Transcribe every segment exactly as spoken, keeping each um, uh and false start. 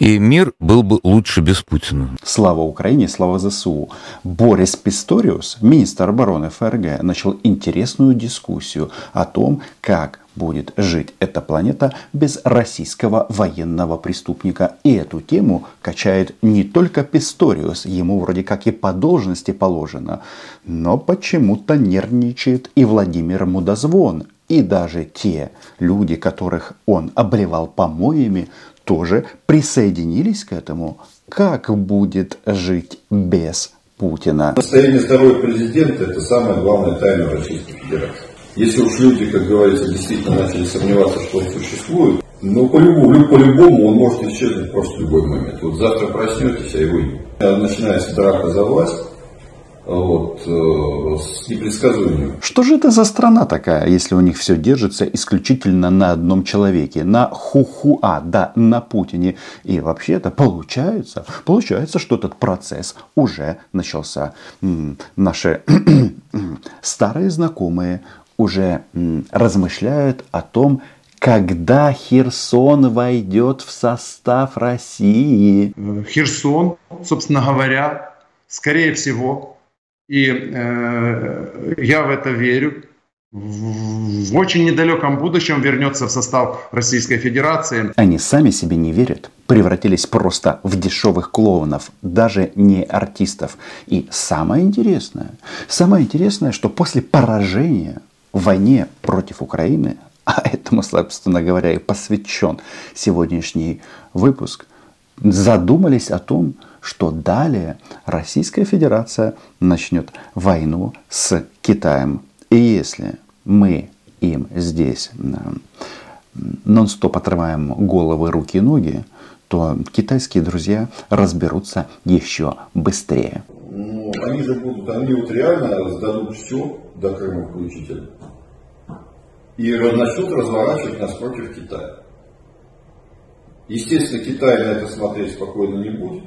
И мир был бы лучше без Путина. Слава Украине, слава ЗСУ. Борис Писториус, министр обороны ФРГ, начал интересную дискуссию о том, как будет жить эта планета без российского военного преступника. И эту тему качает не только Писториус, ему вроде как и по должности положено, но почему-то нервничает и Владимир Мудозвон. И даже те люди, которых он обливал помоями, тоже присоединились к этому. Как будет жить без Путина? Состояние здоровья президента – это самая главная тайна Российской Федерации. Если уж люди, как говорится, действительно начали сомневаться, что он существует, но по-любому, по-любому он может исчезнуть просто в любой момент. Вот завтра проснетесь, а его нет. Начинается драка за власть. Вот, с непредсказуемым. Что же это за страна такая, если у них все держится исключительно на одном человеке, на Хухуа, да, на Путине? И вообще-то получается, получается, что этот процесс уже начался. Наши старые знакомые уже размышляют о том, когда Херсон войдет в состав России. Херсон, собственно говоря, скорее всего, и э, я в это верю, в, в очень недалеком будущем вернется в состав Российской Федерации. Они сами себе не верят, превратились просто в дешевых клоунов, даже не артистов. И самое интересное, самое интересное, что после поражения в войне против Украины, а этому, собственно говоря, и посвящен сегодняшний выпуск, задумались о том, что далее Российская Федерация начнет войну с Китаем. И если мы им здесь нон-стоп отрываем головы, руки и ноги, то китайские друзья разберутся еще быстрее. Ну, они же будут, они вот реально сдадут все до Крыма включительно. И начнут разворачивать нас против Китая. Естественно, Китай на это смотреть спокойно не будет.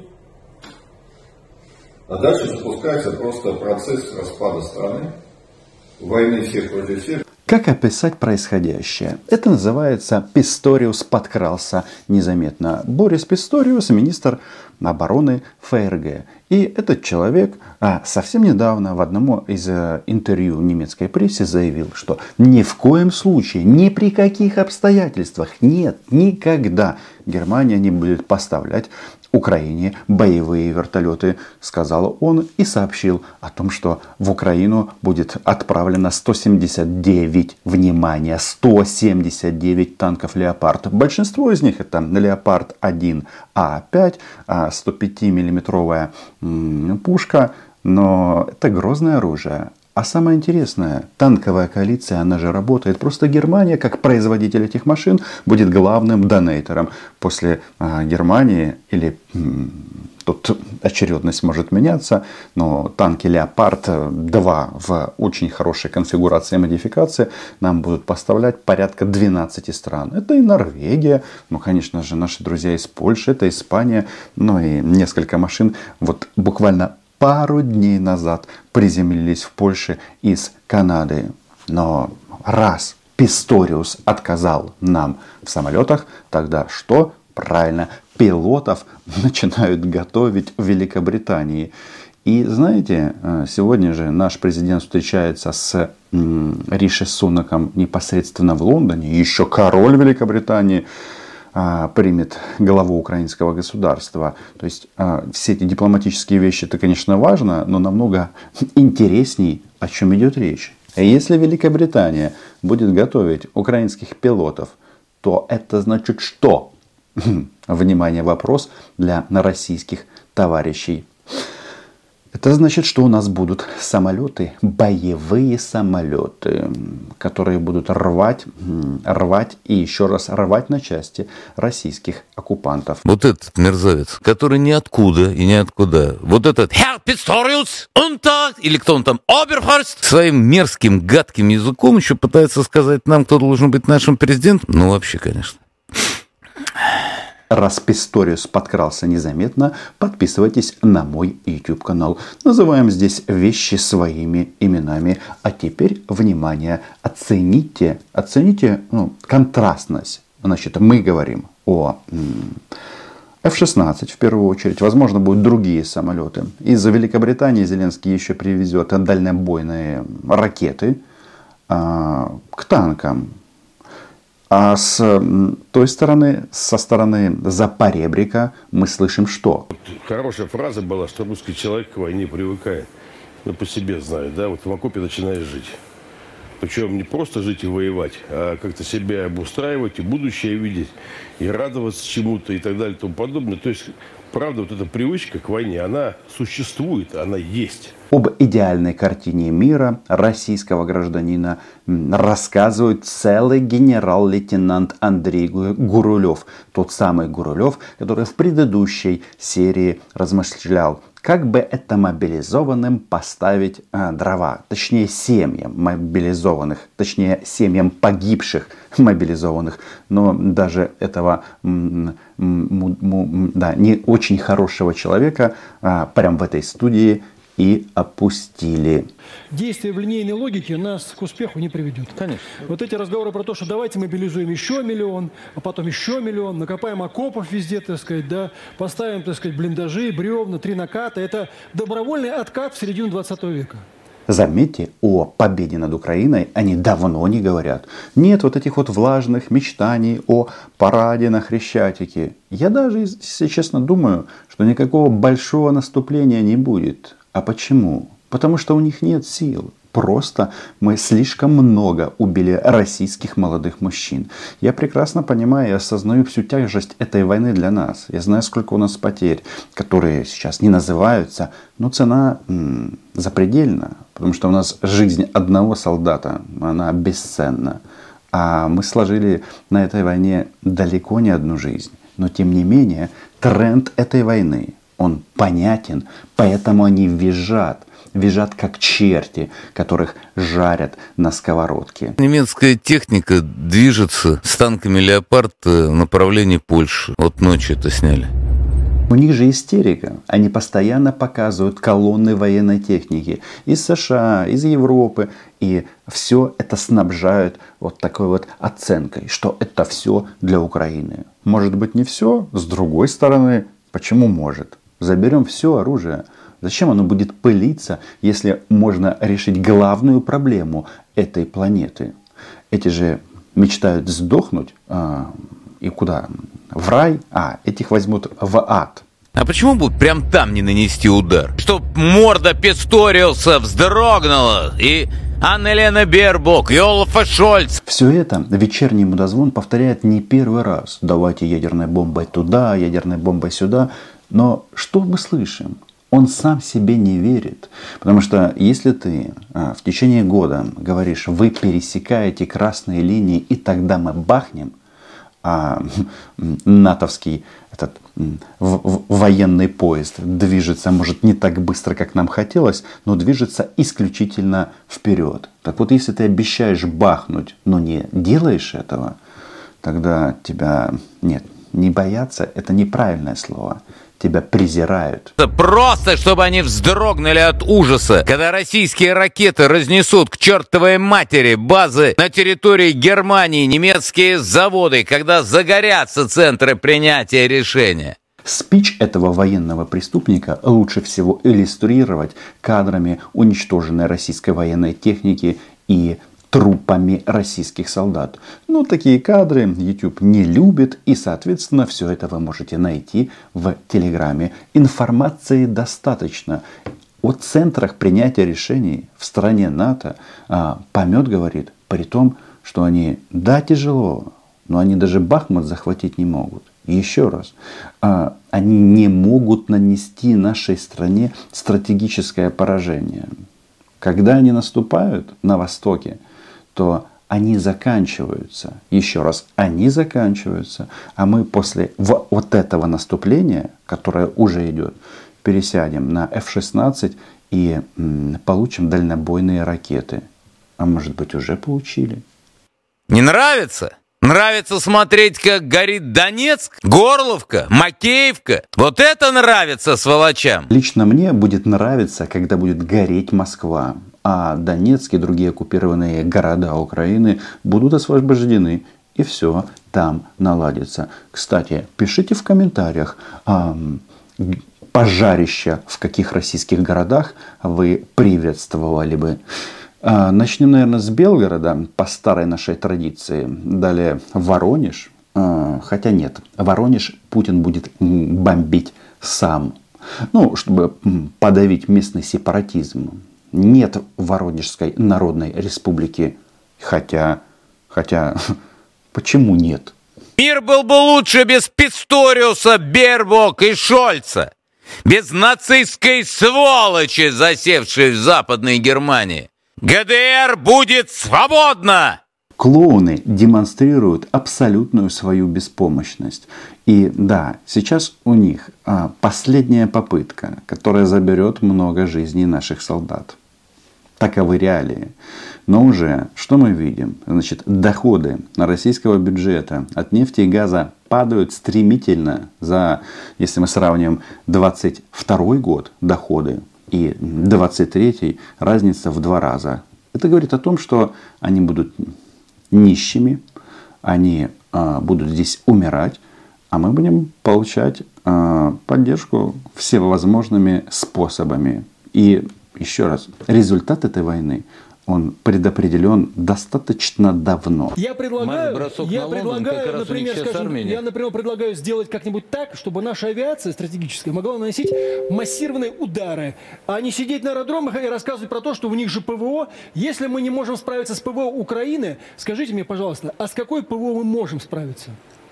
А дальше запускается просто процесс распада страны, войны всех против всех. Как описать происходящее? Это называется «Писториус подкрался незаметно». Борис Писториус, министр обороны ФРГ. И этот человек а, совсем недавно в одном из а, интервью немецкой прессе заявил, что ни в коем случае, ни при каких обстоятельствах, нет, никогда Германия не будет поставлять Украине боевые вертолеты, сказал он, и сообщил о том, что в Украину будет отправлено сто семьдесят девять, внимание, сто семьдесят девять танков «Леопард». Большинство из них это «Леопард один А пять», сто пятимиллиметровая пушка, но это грозное оружие. А самое интересное, танковая коалиция, она же работает. Просто Германия, как производитель этих машин, будет главным донейтором. После а, Германии, или м, тут очередность может меняться, но танки «Леопард-два» в очень хорошей конфигурации и модификации нам будут поставлять порядка двенадцати стран. Это и Норвегия, ну, конечно же, наши друзья из Польши, это Испания, ну и несколько машин. Вот буквально пару дней назад приземлились в Польше из Канады. Но раз Писториус отказал нам в самолетах, тогда что? Правильно, пилотов начинают готовить в Великобритании. И знаете, сегодня же наш президент встречается с Риши Сунаком непосредственно в Лондоне. Еще король Великобритании примет главу украинского государства. То есть все эти дипломатические вещи, это, конечно, важно, но намного интересней, о чем идет речь. Если Великобритания будет готовить украинских пилотов, то это значит что? Внимание, вопрос для российских товарищей. Это значит, что у нас будут самолеты, боевые самолеты, которые будут рвать, рвать и еще раз рвать на части российских оккупантов. Вот этот мерзавец, который ниоткуда и ниоткуда, вот этот Herr Pistorius, Unter, или кто он там, Oberhorst, своим мерзким, гадким языком еще пытается сказать нам, кто должен быть нашим президентом. Ну, вообще, конечно. Раз Писториус подкрался незаметно, подписывайтесь на мой YouTube канал. Называем здесь вещи своими именами. А теперь, внимание, оцените, оцените ну, контрастность. Значит, мы говорим о м, эф шестнадцать в первую очередь, возможно, будут другие самолеты. Из Великобритании Зеленский еще привезет дальнобойные ракеты а, к танкам. А с той стороны, со стороны Запоребрика мы слышим что? Хорошая фраза была, что русский человек к войне привыкает. Ну, по себе знаю, да, вот в окопе начинаешь жить. Причем не просто жить и воевать, а как-то себя обустраивать, и будущее видеть, и радоваться чему-то, и так далее, и тому подобное. То есть, правда, вот эта привычка к войне, она существует, она есть. Об идеальной картине мира российского гражданина рассказывает целый генерал-лейтенант Андрей Гурулев. Тот самый Гурулев, который в предыдущей серии размышлял, как бы это мобилизованным поставить а, дрова. Точнее, семьям мобилизованных, точнее, семьям погибших мобилизованных. Но даже этого м- м- м- да, не очень хорошего человека а, прямо в этой студии и опустили. Действие в линейной логике нас к успеху не приведет. Конечно. Вот эти разговоры про то, что давайте мобилизуем еще миллион, а потом еще миллион, накопаем окопов везде, так сказать, да, поставим, так сказать, блиндажи, бревна, три наката. Это добровольный откат в середину двадцатого века. Заметьте, о победе над Украиной они давно не говорят. Нет вот этих вот влажных мечтаний о параде на Хрещатике. Я даже, если честно, думаю, что никакого большого наступления не будет. А почему? Потому что у них нет сил. Просто мы слишком много убили российских молодых мужчин. Я прекрасно понимаю и осознаю всю тяжесть этой войны для нас. Я знаю, сколько у нас потерь, которые сейчас не называются, но цена м- запредельна. Потому что у нас жизнь одного солдата, она бесценна. А мы сложили на этой войне далеко не одну жизнь. Но тем не менее, тренд этой войны, он понятен, поэтому они визжат. Визжат как черти, которых жарят на сковородке. Немецкая техника движется с танками «Леопард» в направлении Польши. Вот ночью это сняли. У них же истерика. Они постоянно показывают колонны военной техники из США, из Европы. И все это снабжают вот такой вот оценкой, что это все для Украины. Может быть, не все. С другой стороны, почему может? Заберем все оружие. Зачем оно будет пылиться, если можно решить главную проблему этой планеты? Эти же мечтают сдохнуть. А, и куда? В рай? А, этих возьмут в ад. А почему бы прям там не нанести удар? Чтоб морда Писториуса вздрогнула и Анна-Лена Бербок, и Олафа Шольц. Все это вечерний мудозвон повторяет не первый раз. Давайте ядерной бомбой туда, ядерной бомбой сюда. Но что мы слышим? Он сам себе не верит. Потому что если ты а, в течение года говоришь, вы пересекаете красные линии, и тогда мы бахнем, а натовский этот в, в, военный поезд движется, может, не так быстро, как нам хотелось, но движется исключительно вперед. Так вот, если ты обещаешь бахнуть, но не делаешь этого, тогда тебя, нет, не бояться, это неправильное слово. Тебя презирают. Просто, чтобы они вздрогнули от ужаса, когда российские ракеты разнесут к чертовой матери базы на территории Германии, немецкие заводы, когда загорятся центры принятия решения. Спич этого военного преступника лучше всего иллюстрировать кадрами уничтоженной российской военной техники и трупами российских солдат. Но такие кадры YouTube не любит, и, соответственно, все это вы можете найти в Телеграме. Информации достаточно. О центрах принятия решений в стране НАТО а, Помет говорит, при том, что они, да, тяжело, но они даже Бахмут захватить не могут. И еще раз, а, они не могут нанести нашей стране стратегическое поражение. Когда они наступают на Востоке, то они заканчиваются. Еще раз, они заканчиваются. А мы после вот этого наступления, которое уже идет, пересядем на эф шестнадцать и м, получим дальнобойные ракеты. А может быть, уже получили. Не нравится? Нравится смотреть, как горит Донецк, Горловка, Макеевка? Вот это нравится сволочам! Лично мне будет нравиться, когда будет гореть Москва. А Донецк и другие оккупированные города Украины будут освобождены. И все. там наладится. Кстати, пишите в комментариях, пожарища в каких российских городах вы приветствовали бы. Начнем, наверное, с Белгорода, по старой нашей традиции. Далее Воронеж. Хотя нет, Воронеж Путин будет бомбить сам. Ну, чтобы подавить местный сепаратизм. Нет Воронежской Народной Республики. Хотя, хотя, почему нет? Мир был бы лучше без Писториуса, Бербок и Шольца. Без нацистской сволочи, засевшей в Западной Германии. ГДР будет свободна! Клоуны демонстрируют абсолютную свою беспомощность. И да, сейчас у них а, последняя попытка, которая заберет много жизней наших солдат. Таковы реалии. Но уже что мы видим? Значит, доходы российского бюджета от нефти и газа падают стремительно. За, если мы сравним двадцать второй год доходы и двадцать третий, разница в два раза. Это говорит о том, что они будут нищими, они а, будут здесь умирать, а мы будем получать а, поддержку всевозможными способами. И еще раз, результат этой войны, он предопределен достаточно давно. Я предлагаю, я предлагаю, например, скажем, я, например, предлагаю сделать как-нибудь так, чтобы наша авиация стратегическая могла наносить массированные удары, а не сидеть на аэродромах и рассказывать про то, что у них же ПВО. Если мы не можем справиться с ПВО Украины, скажите мне, пожалуйста, а с какой ПВО мы можем справиться?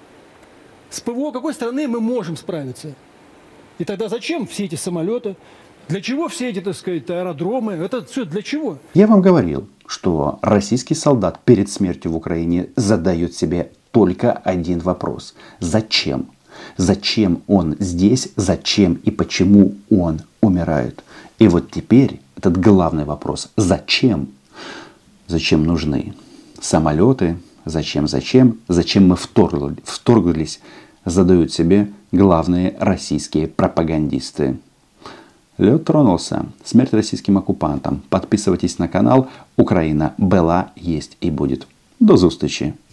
С ПВО какой страны мы можем справиться? И тогда зачем все эти самолеты? Для чего все эти, так сказать, аэродромы? Это все для чего? Я вам говорил, что российский солдат перед смертью в Украине задает себе только один вопрос. Зачем? Зачем он здесь? Зачем и почему он умирает? И вот теперь этот главный вопрос. Зачем? Зачем нужны самолеты? Зачем, зачем? Зачем мы вторглись? Задают себе главные российские пропагандисты. Лед тронулся. Смерть российским оккупантам. Подписывайтесь на канал. Украина была, есть и будет. До зустрічі!